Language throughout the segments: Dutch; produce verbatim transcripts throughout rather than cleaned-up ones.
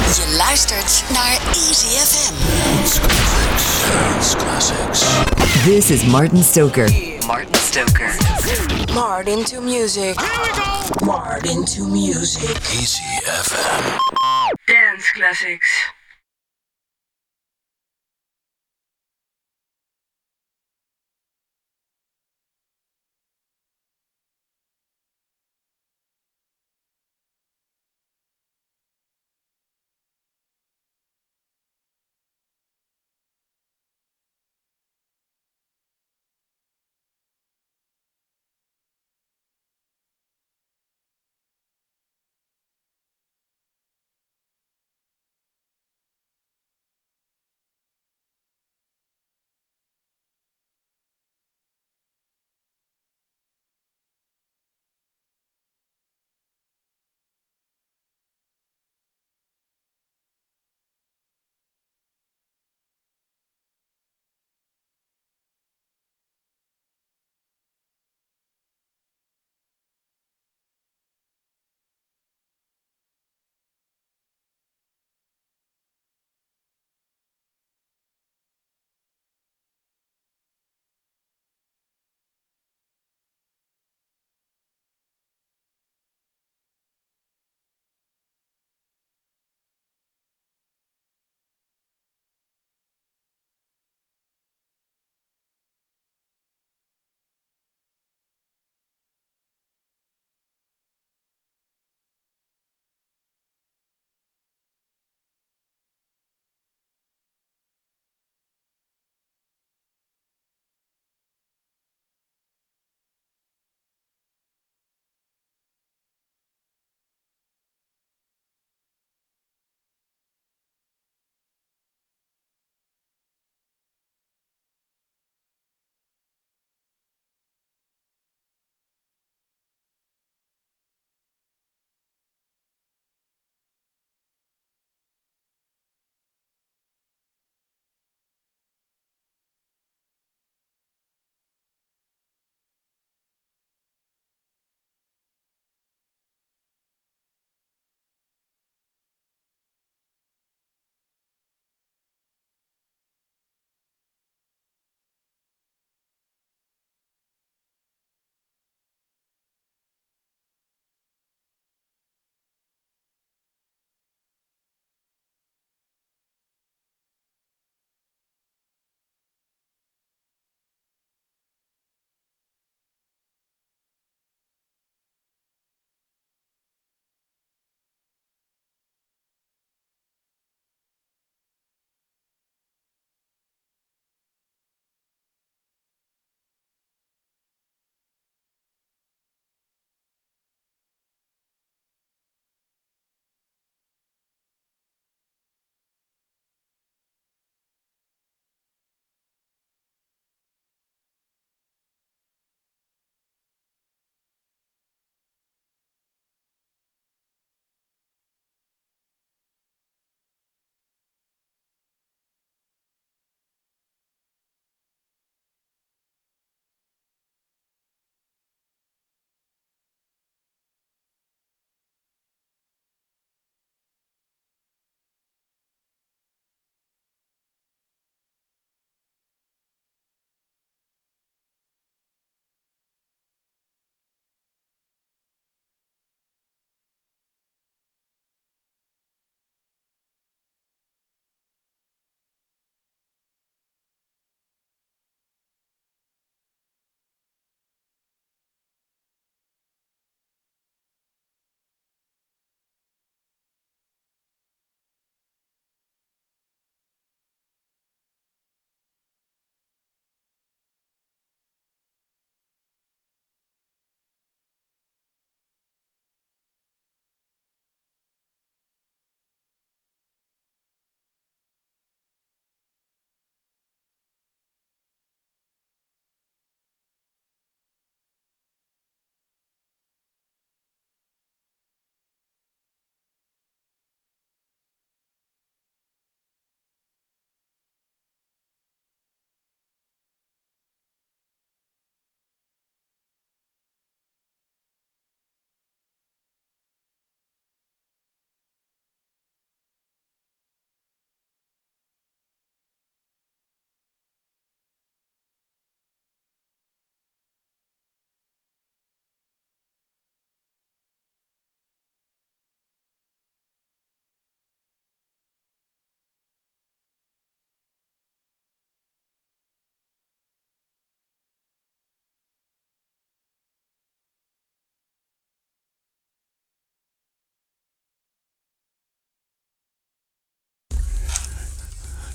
Je luistert naar Easy F M. Dance Classics. This is Martin Stoker. Martin Stoker. Martin to music. Here we go. Martin to music. Easy F M. Dance Classics.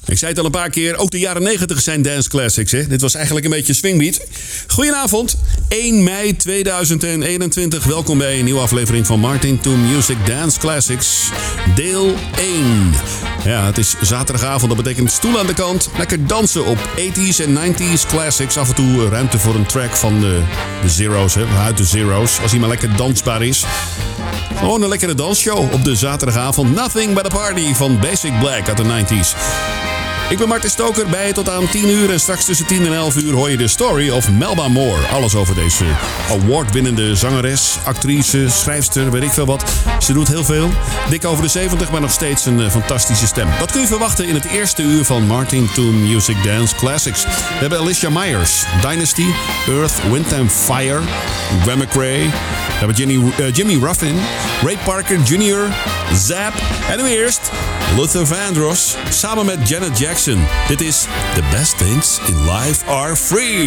Ik zei het al een paar keer, ook de jaren negentig zijn dance classics. Hè? Dit was eigenlijk een beetje swingbeat. Goedenavond, één mei tweeduizend eenentwintig. Welkom bij een nieuwe aflevering van Martin to Music Dance Classics, deel één. Ja, het is zaterdagavond, dat betekent stoel aan de kant. Lekker dansen op tachtiger en negentiger classics. Af en toe ruimte voor een track van de, de Zero's, hè? Uit de Zero's. Als hij maar lekker dansbaar is. Gewoon een lekkere dansshow op de zaterdagavond. Nothing but a Party van Basic Black uit de negentiger. Ik ben Martin Stoker, bij je tot aan tien uur. En straks tussen tien en elf uur hoor je de story of Melba Moore. Alles over deze awardwinnende zangeres, actrice, schrijfster, weet ik veel wat. Ze doet heel veel. Dik over de zeventig, maar nog steeds een uh, fantastische stem. Wat kun je verwachten in het eerste uur van Martin to Music Dance Classics? We hebben Alicia Myers, Dynasty, Earth, Wind and Fire, Gwen McRae. We hebben Jimmy, uh, Jimmy Ruffin, Ray Parker junior, Zapp en nu eerst Luther Vandross samen met Janet Jackson. Dit is The Best Things in Life Are Free.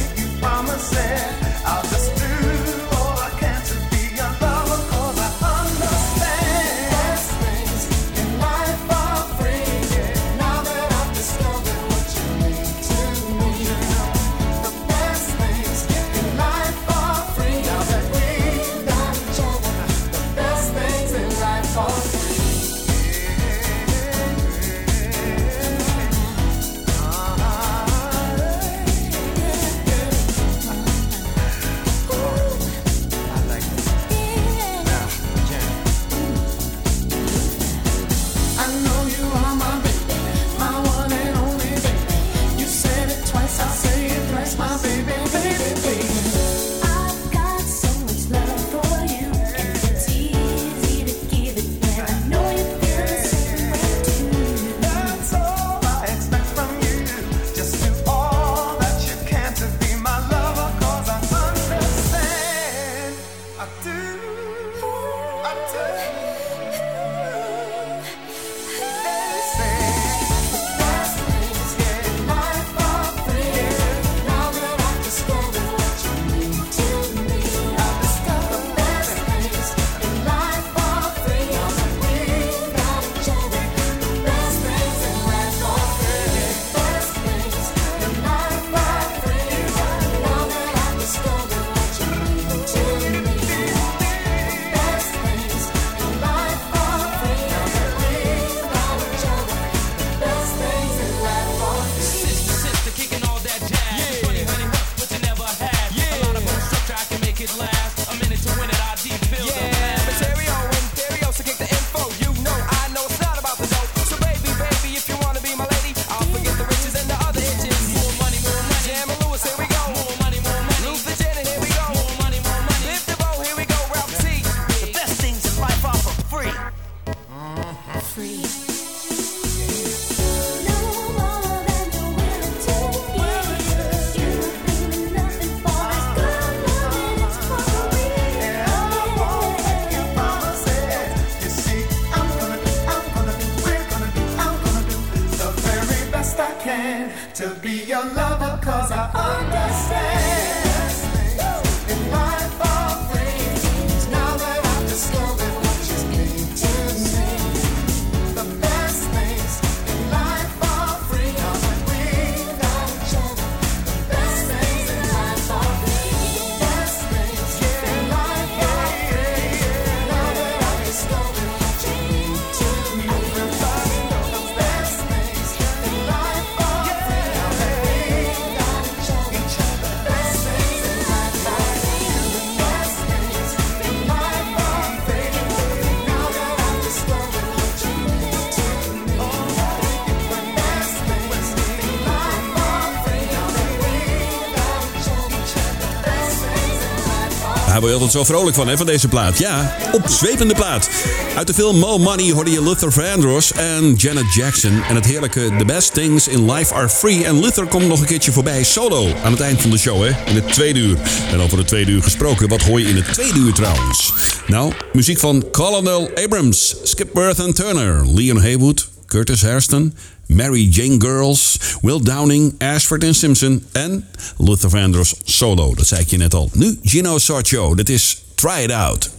I'll just do all I can to be your lover, 'cause I to be your lover, cause I understand. In life all things, now that I've discovered what you mean to me. The best things in life are free, now that we know each other. The best things in life are free. The best things in life are free, now that I've discovered what you mean to me. Everybody know the best things in life are free, now that we know each other. The best things in life are free. The best things in life are free, now that I've discovered what you mean to me. The best things in life are free, now that we know each other. The best things in life are. Daar word je altijd zo vrolijk van, hè, van deze plaat. Ja, opzwepende plaat. Uit de film Mo Money hoorde je Luther Vandross en Janet Jackson. En het heerlijke The Best Things in Life Are Free. En Luther komt nog een keertje voorbij, solo, aan het eind van de show, hè. In het tweede uur. En over het tweede uur gesproken, wat hoor je in het tweede uur trouwens? Nou, muziek van Colonel Abrams, Skip Worth and Turner, Leon Haywood, Curtis Hairston, Mary Jane Girls, Will Downing, Ashford en Simpson en Luther Vandross solo. Dat zei ik je net al. Nu Gino Sarcho, dit is Try It Out.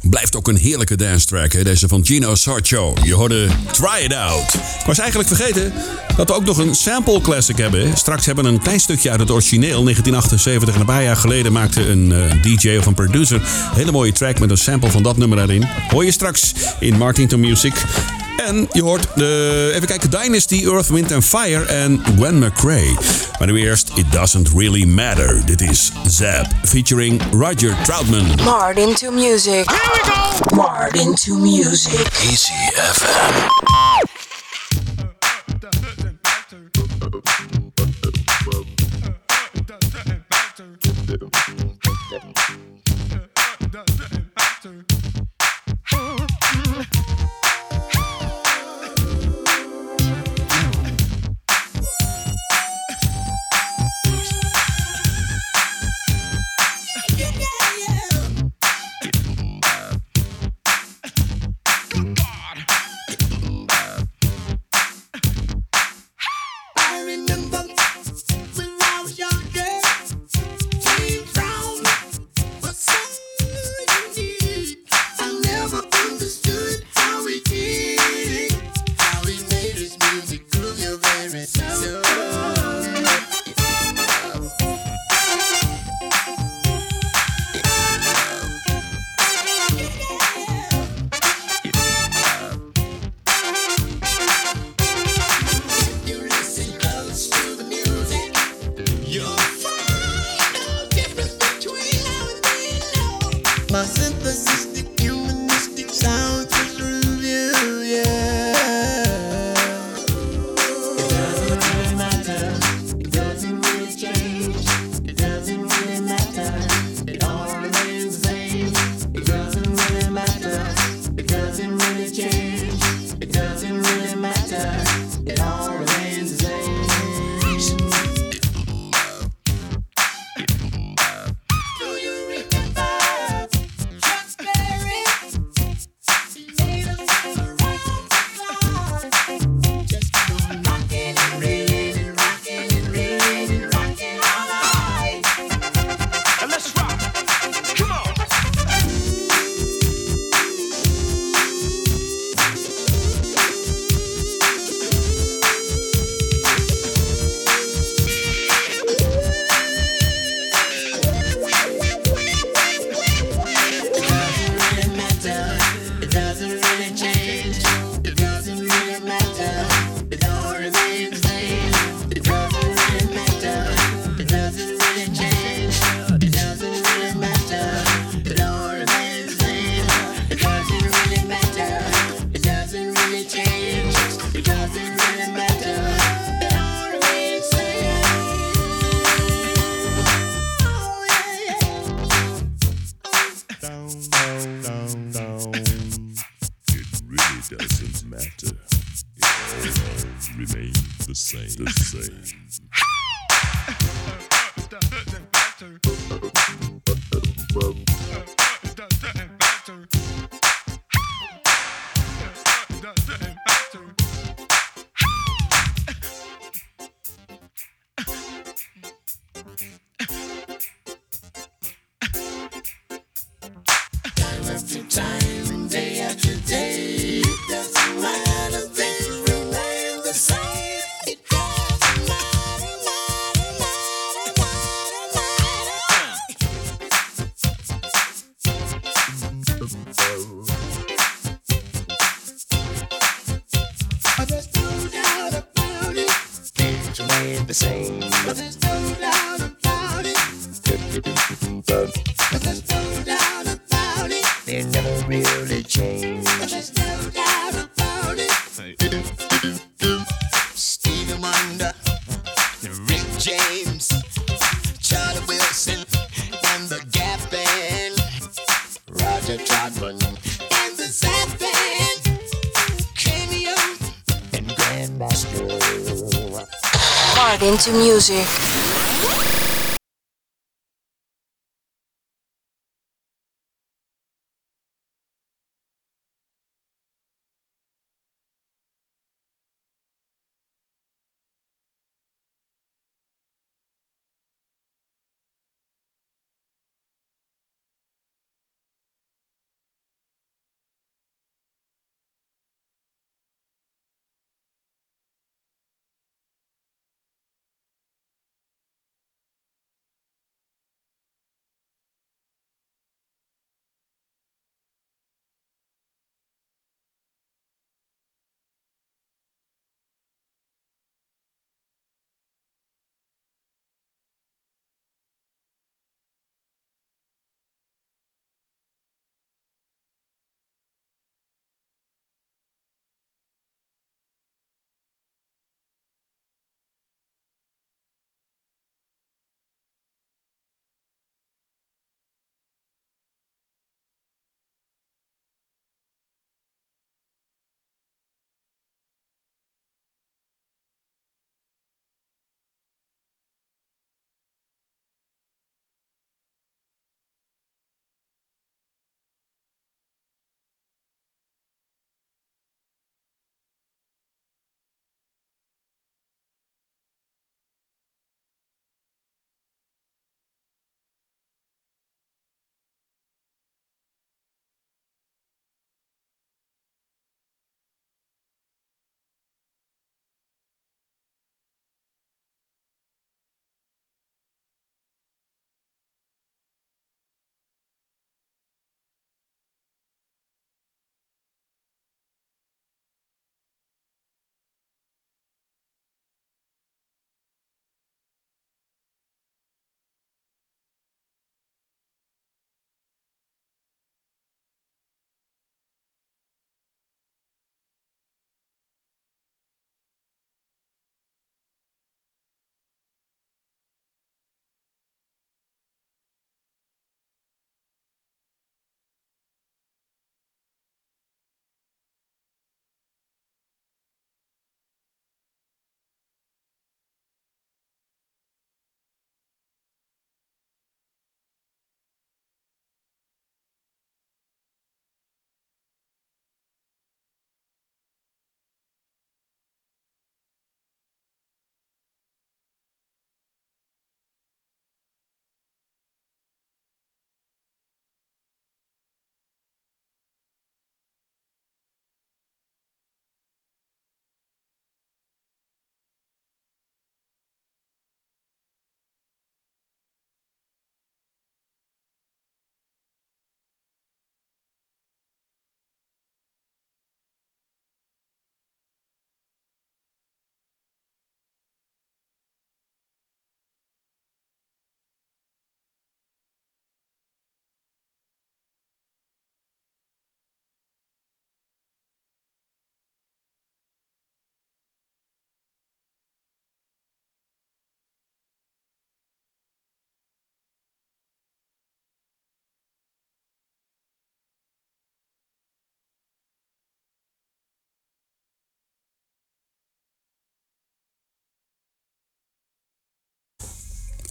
Blijft ook een heerlijke dance track, hè? Deze van Gino Sarcho. Je hoorde Try It Out. Ik was eigenlijk vergeten dat we ook nog een sample classic hebben. Hè? Straks hebben we een klein stukje uit het origineel. negentien achtenzeventig en een paar jaar geleden maakte een uh, D J of een producer een hele mooie track met een sample van dat nummer erin. Hoor je straks in Martin to Music. En je hoort de, even kijken, Dynasty, Earth, Wind and Fire en Gwen McCrae. Maar nu eerst It Doesn't Really Matter. Dit is Zap featuring Roger Troutman. Martin to music. Here we go. Martin to music. Easy F M. Martin to music.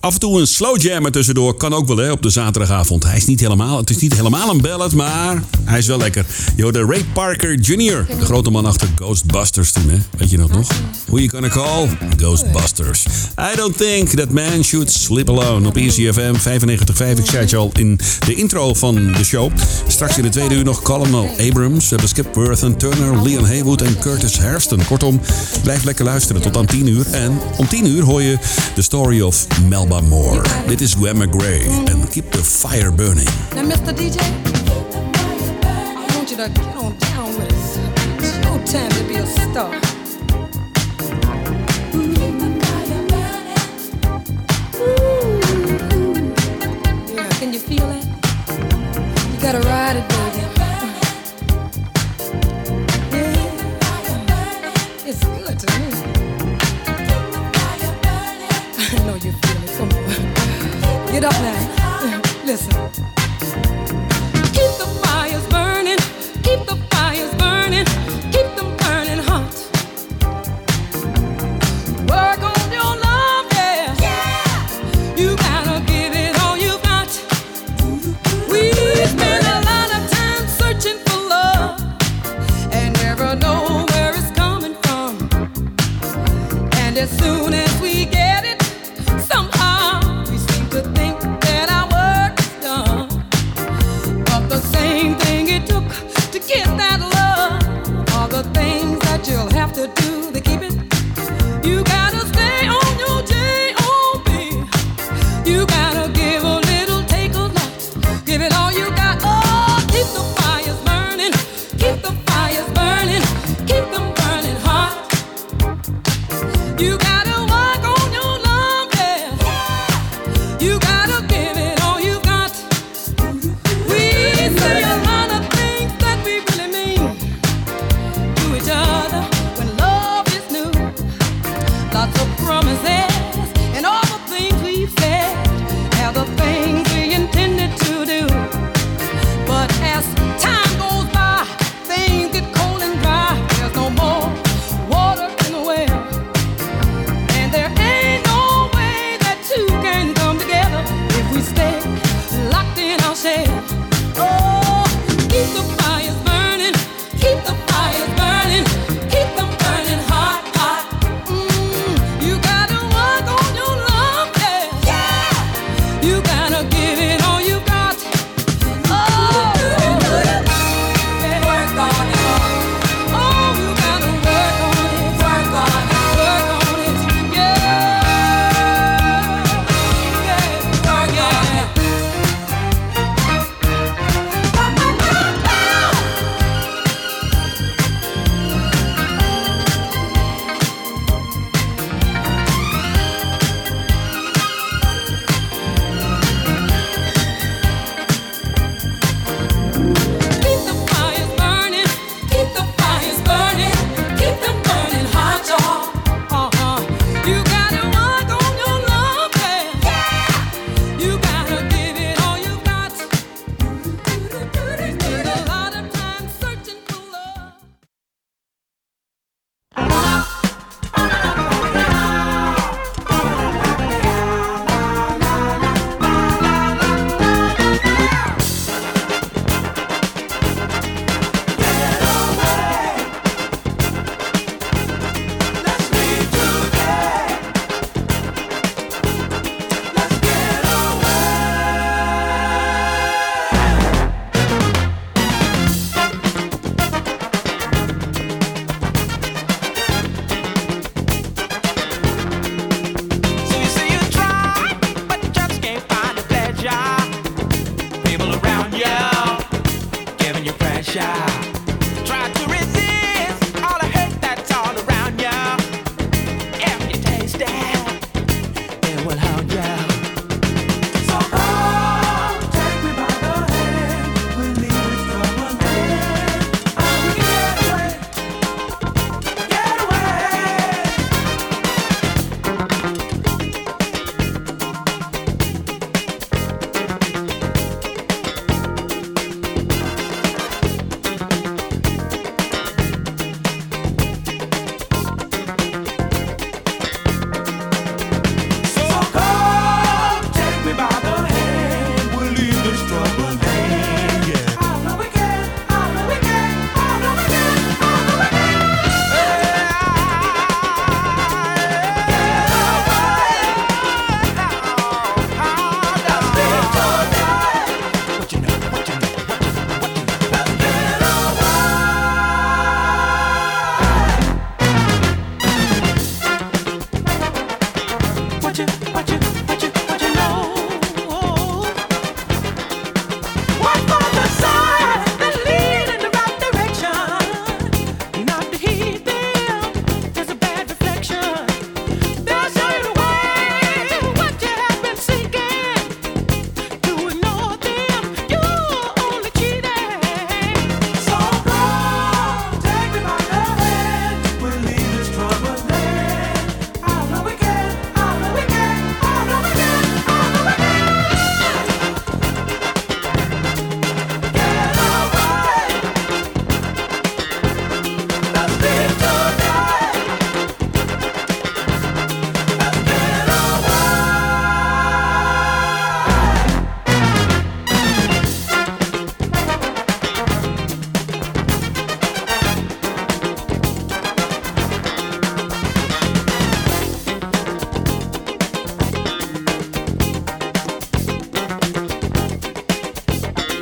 Af en toe een slow jammer tussendoor kan ook wel hè, op de zaterdagavond. Hij is niet helemaal, het is niet helemaal een ballad, maar hij is wel lekker. Yo, de Ray Parker junior De grote man achter Ghostbusters toen, hè? Weet je dat nog? Who you gonna call? Ghostbusters. I don't think that man should sleep alone. Op Easy F M vijfennegentig komma vijf. Ik zei het je al in de intro van de show. Straks in de tweede uur nog Colonel Abrams. We hebben Skip Worthen, Turner, Leon Haywood en Curtis Hairston. Kortom, blijf lekker luisteren tot aan tien uur. En om tien uur hoor je The Story of Melba Moore. Dit is Gwen McGray en Keep the Fire Burning. Now, mister D J, I want you to get on down with us. It's your time to be a star. Yeah, can you feel that? You gotta ride it, baby. Yeah, it's good to me. I know you feel it. Come on, get up now. Listen. Keep the fires burning. Keep the fires burning. Keep them burning hot. Work on your love, yeah. Yeah. You gotta give it all you got. We spend a lot of time searching for love and never know where it's coming from. And as soon as we get it, somehow we seem to think that our work is done. But the same thing it took to get that love, all the things that you'll have to do to keep it. You gotta stay on your J O B. You gotta give a little, take a lot. Give it all you got. Oh, keep the fires burning. Keep the fires burning. Keep them burning hot. You gotta work on your love, yeah. You gotta give it all you got. We say a lot of things that we really mean to each other when love is new. Lots of promises and all the things we've said are the things we intended to do. But as time goes by, things get cold and dry. There's no more water in the well, and there ain't no way that two can come together if we stay locked in our shell. Oh, keep the fires burning, keep the fires burning, keep them burning hot, hot. Mm, you gotta work on your love, yeah. Yeah. You gotta give it all you got. Oh, yeah. Work on it. Oh, you gotta work on it. Work on it. Work on it. Yeah. Yeah. Work on it. Keep the fires burning, keep the fires burning, keep them burning hot, y'all. Uh-huh. You gotta work on your love, yeah. Yeah. You gotta give it all you got. We spend a lot of time searching for love. So you say you try, but you just can't find the pleasure. People around you giving you pressure. Try to resist all the hate that's all around you. If you taste it, it will haunt you. So come, take me by the hand, we'll leave this trouble ahead. I will get away, get away.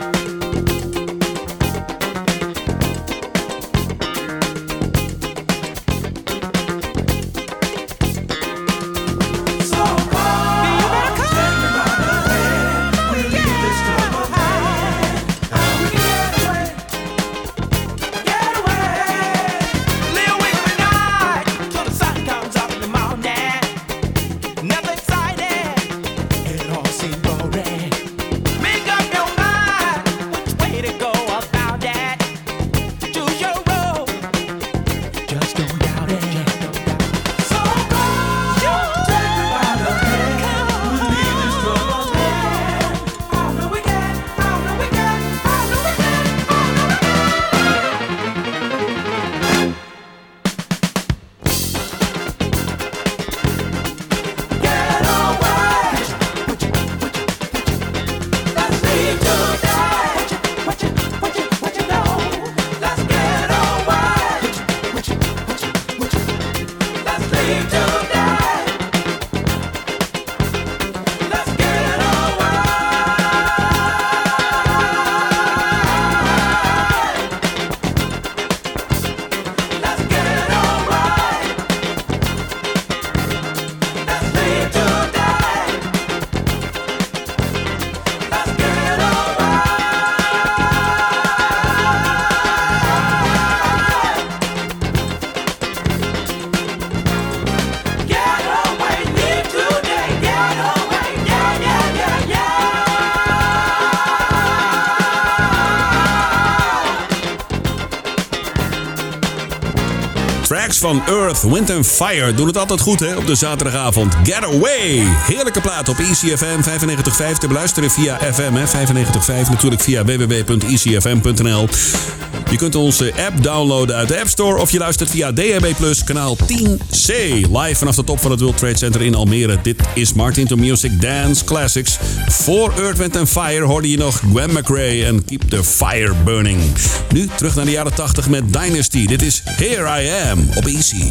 Tracks van Earth, Wind and Fire doen het altijd goed hè, op de zaterdagavond. Get Away! Heerlijke plaat op E C F M vijfennegentig komma vijf te beluisteren via F M, hè, vijfennegentig komma vijf. Natuurlijk via w w w punt i c f m punt n l. Je kunt onze app downloaden uit de App Store of je luistert via D H B plus, kanaal tien C. Live vanaf de top van het World Trade Center in Almere. Dit is Martin to Music Dance Classics. Voor Earth, Wind and Fire hoorde je nog Gwen McRae en Keep the Fire Burning. Nu terug naar de jaren tachtig met Dynasty. Dit is Here I Am op Easy.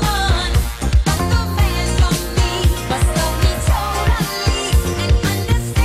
Understand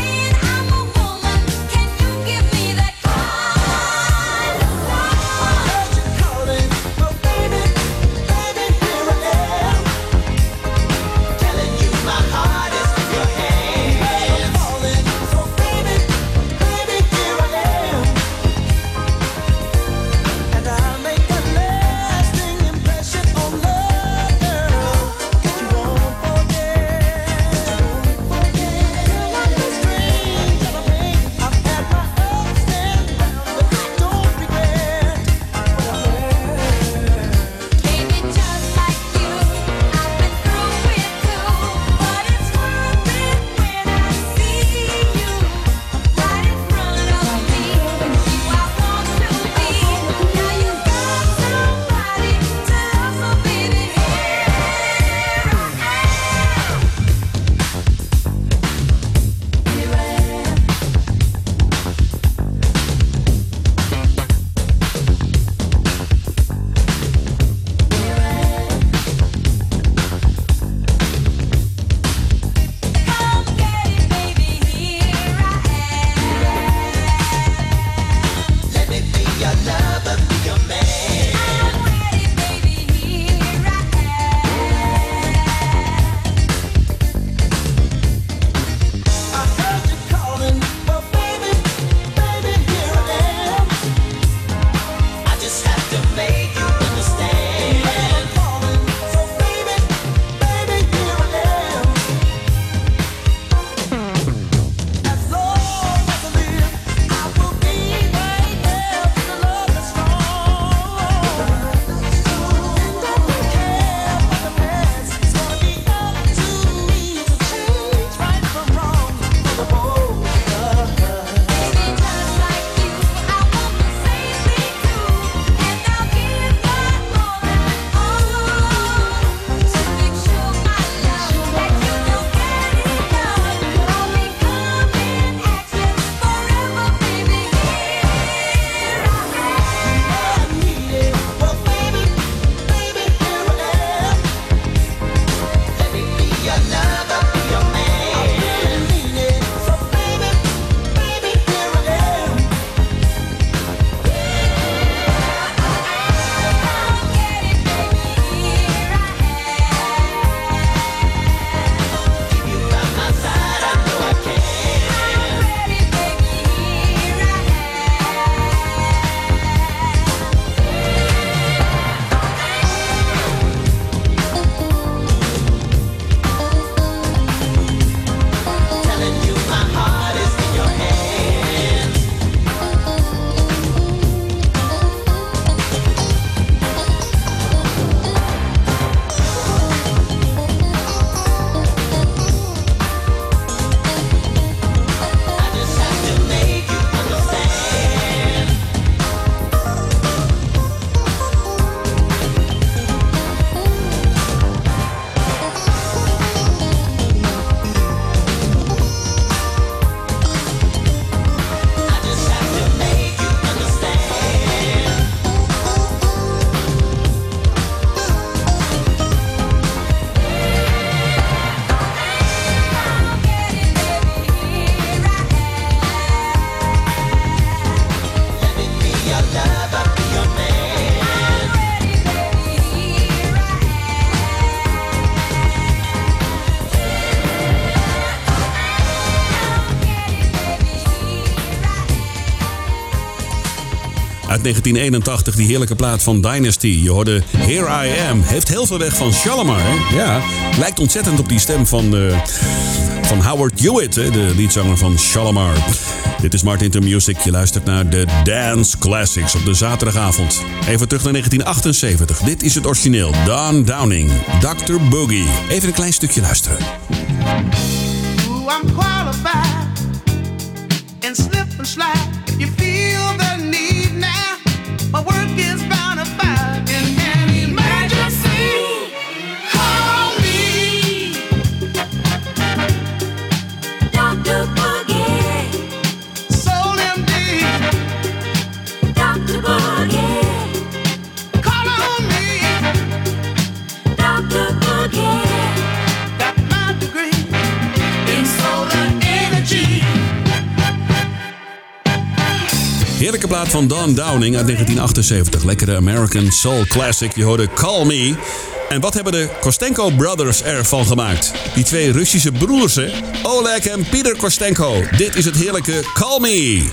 uit negentien eenentachtig, die heerlijke plaat van Dynasty. Je hoorde Here I Am. Heeft heel veel weg van Shalamar, hè? Ja, lijkt ontzettend op die stem van, uh, van Howard Hewitt, hè? De leadzanger van Shalamar. Dit is Martin to Music. Je luistert naar de Dance Classics op de zaterdagavond. Even terug naar negentien achtenzeventig. Dit is het origineel. Don Downing, doctor Boogie. Even een klein stukje luisteren. Ooh, I'm qualified and slip and slide. If you feel the need now, my work is bona fide. In an emergency, call me doctor Boogie, Soul M D, doctor Boogie, call on me, doctor Boogie. Got my degree in solar energy. Heerlijke plaat van Don Downing uit negentien achtenzeventig. Lekkere American Soul Classic. Je hoorde Call Me. En wat hebben de Kostenko Brothers ervan gemaakt? Die twee Russische broers, hè? Oleg en Peter Kostenko. Dit is het heerlijke Call Me.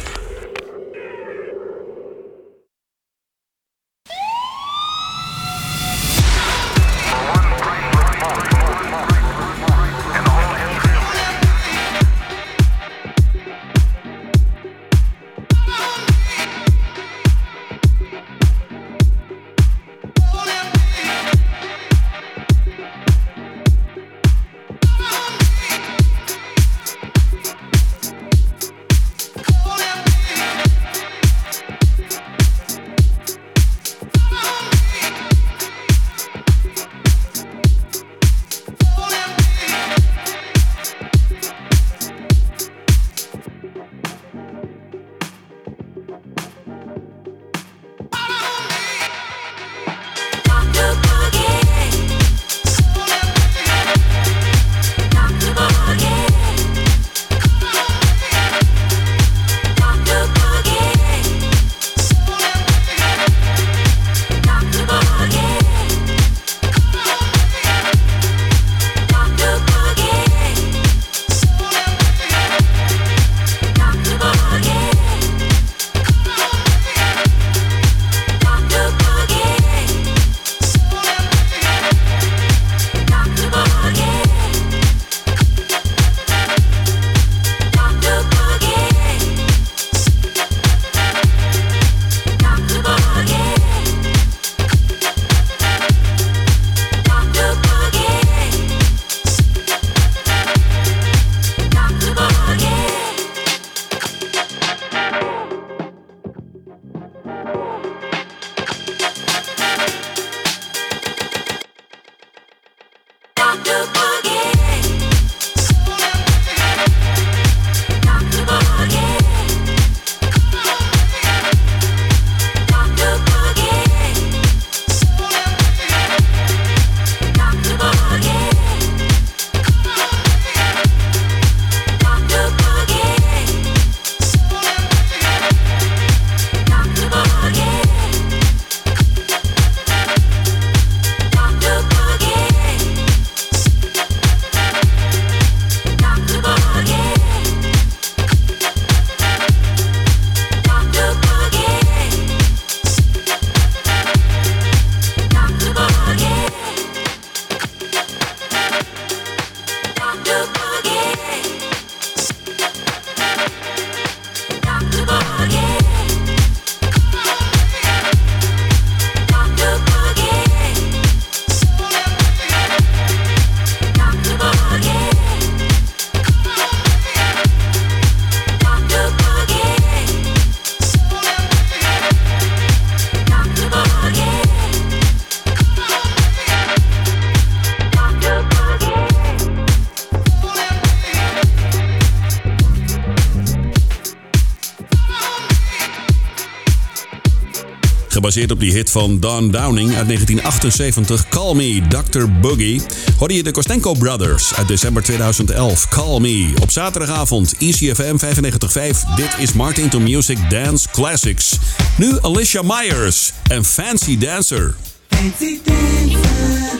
Gebaseerd op die hit van Don Downing uit negentien achtenzeventig, Call Me, doctor Boogie, hoorde je de Kostenko Brothers uit december tweeduizend elf. Call Me. Op zaterdagavond, E C F M vijfennegentig vijf. Dit is Martin to Music Dance Classics. Nu Alicia Myers en Fancy Dancer. Fancy dancer,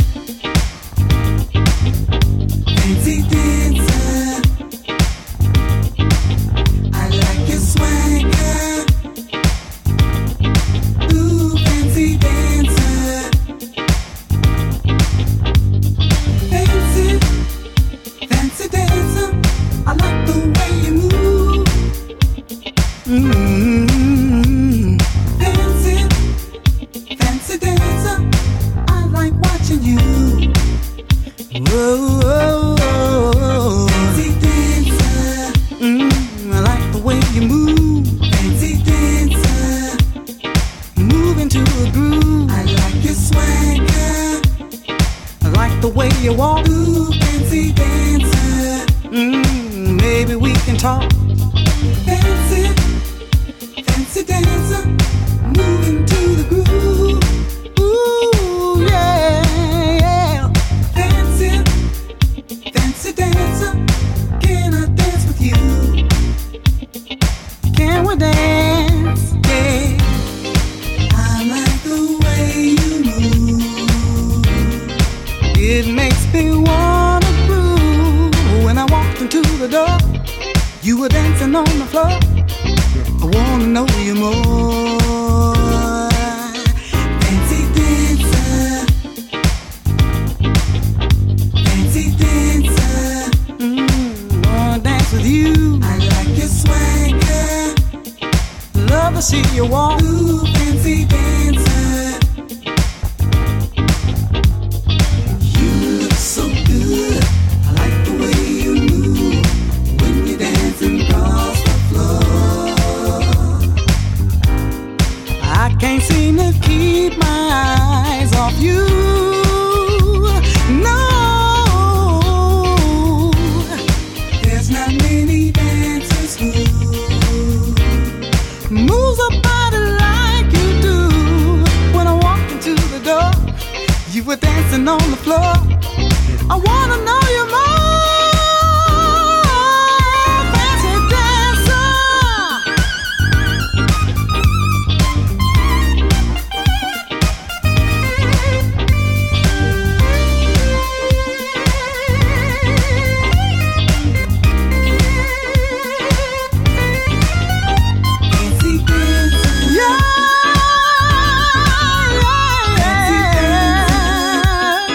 fancy dancer, I like your swagger. Whoa, whoa, whoa. Fancy dancer. Mm, I like the way you move. Fancy dancer. Move into a groove. I like your swagger. I like the way you walk. Ooh, fancy dancer. Mm, maybe we can talk. Fancy, fancy dancer. Move into the groove. Ooh, yeah, yeah. Fancy, fancy dancer. Can I dance with you? Can we dance? Yeah. I like the way you move. It makes me wanna groove. When I walked into the door, you were dancing on the floor. I wanna know you more. Fancy dancer. Fancy dancer. Mm, wanna dance with you. I like your swagger. Love to see you walk. Ooh, fancy dancer. You look so good. I like the way you move when you're dancing across the floor. I can't seem to keep my eyes off you. No, there's not many dancers who moves a body like you do. When I walked into the door, you were dancing on the floor. I wanna know you more. Fancy dancer. Fancy dancer. Yeah, yeah, yeah.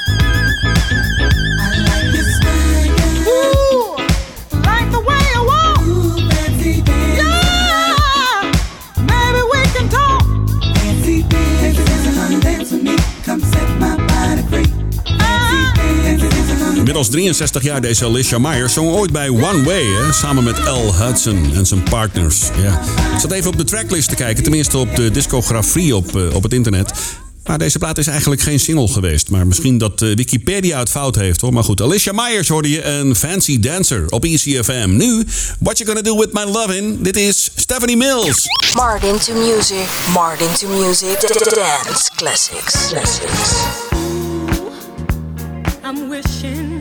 I like your swagger. Ooh, like the way you walk. Ooh, fancy dancer. Yeah, maybe we can talk. Fancy dancer, come dance with me. Come set my body free. Fancy dancer, come. Inmiddels drieënzestig jaar deze Alicia Myers zong ooit bij One Way, hè, samen met Al Hudson en zijn partners. Ja. Ik zat even op de tracklist te kijken, tenminste op de discografie op, uh, op het internet. Maar deze plaat is eigenlijk geen single geweest. Maar misschien dat uh, Wikipedia het fout heeft, hoor. Maar goed, Alicia Myers hoorde je en Fancy Dancer op E C F M. Nu, What You Gonna Do With My Lovin'. Dit is Stephanie Mills. Martin to music. Martin to music. Dance classics. Classics. I'm wishing,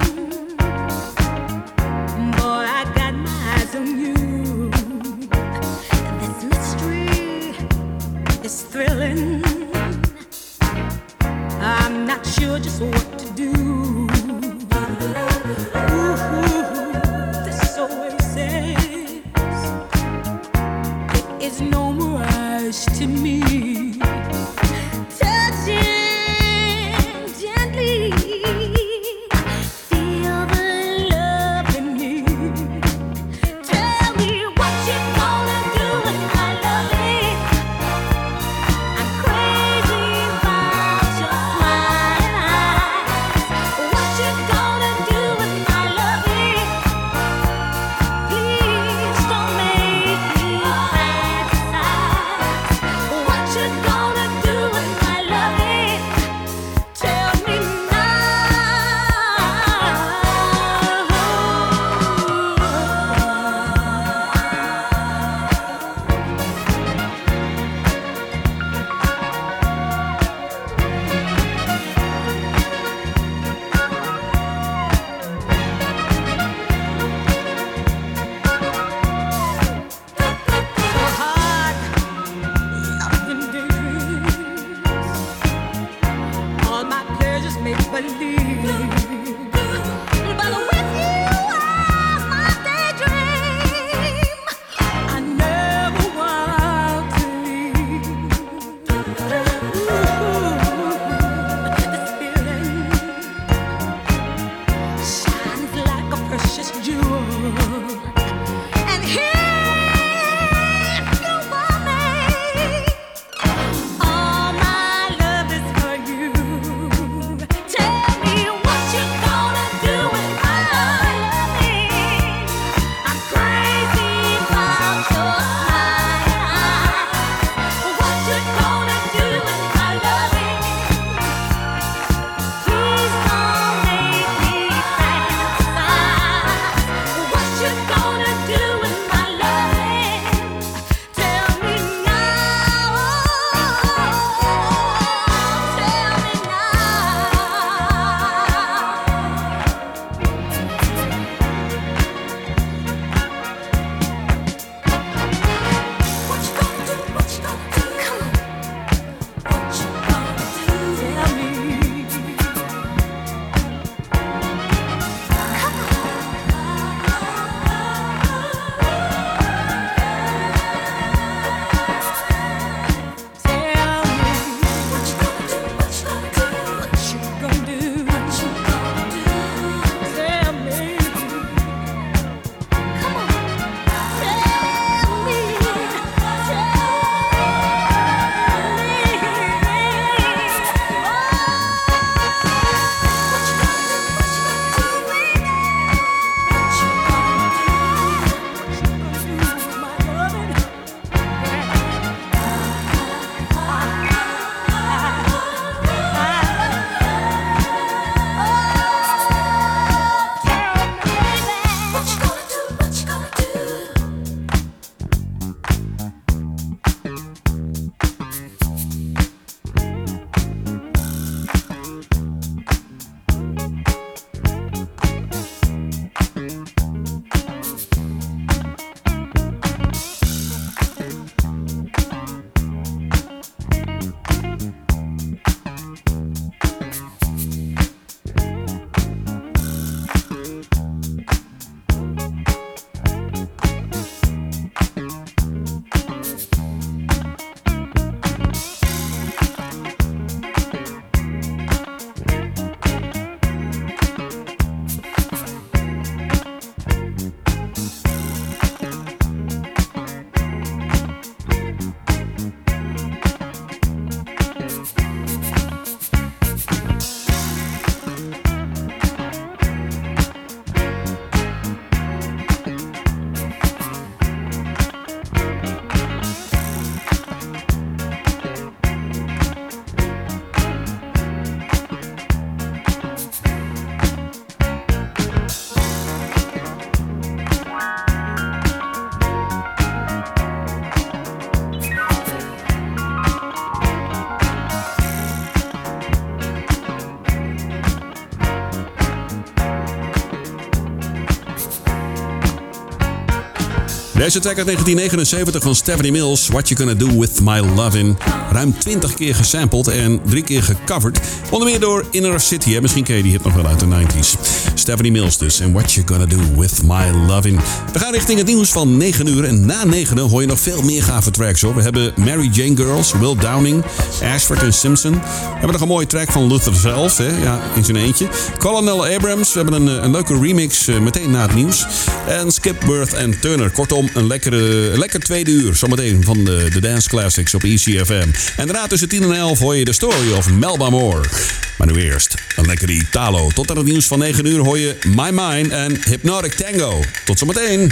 boy, I got my eyes on you. This mystery is thrilling. I'm not sure just what to do. Ooh, this oasis, it is no mirage to me. Touching gently, feel the love in me. Tell me what you gonna do with my loving. I'm crazy about your smiling eyes. What you gonna do with my loving? Please don't make me fantasize. What you Deze track uit negentien negenenzeventig van Stephanie Mills, What You Gonna Do With My Lovin'. Ruim twintig keer gesampled en drie keer gecoverd. Onder meer door Inner City, hè? Misschien ken je die hit nog wel uit de negentig. Stephanie Mills dus, en What You Gonna Do With My Lovin'. We gaan richting het nieuws van negen uur en na negen uur hoor je nog veel meer gave tracks hoor. We hebben Mary Jane Girls, Will Downing, Ashford en Simpson. We hebben nog een mooie track van Luther zelf, hè? Ja, in zijn eentje. Colonel Abrams, we hebben een, een leuke remix uh, meteen na het nieuws. En Skip Worth en Turner. Kortom, een lekkere, een lekker tweede uur zometeen van de, de Dance Classics op E C F M. En daarna tussen tien en elf hoor je de story of Melba Moore. Maar nu eerst een lekkere Italo. Tot aan het nieuws van negen uur hoor je My Mind en Hypnotic Tango. Tot zometeen.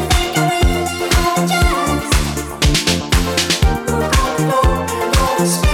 Space.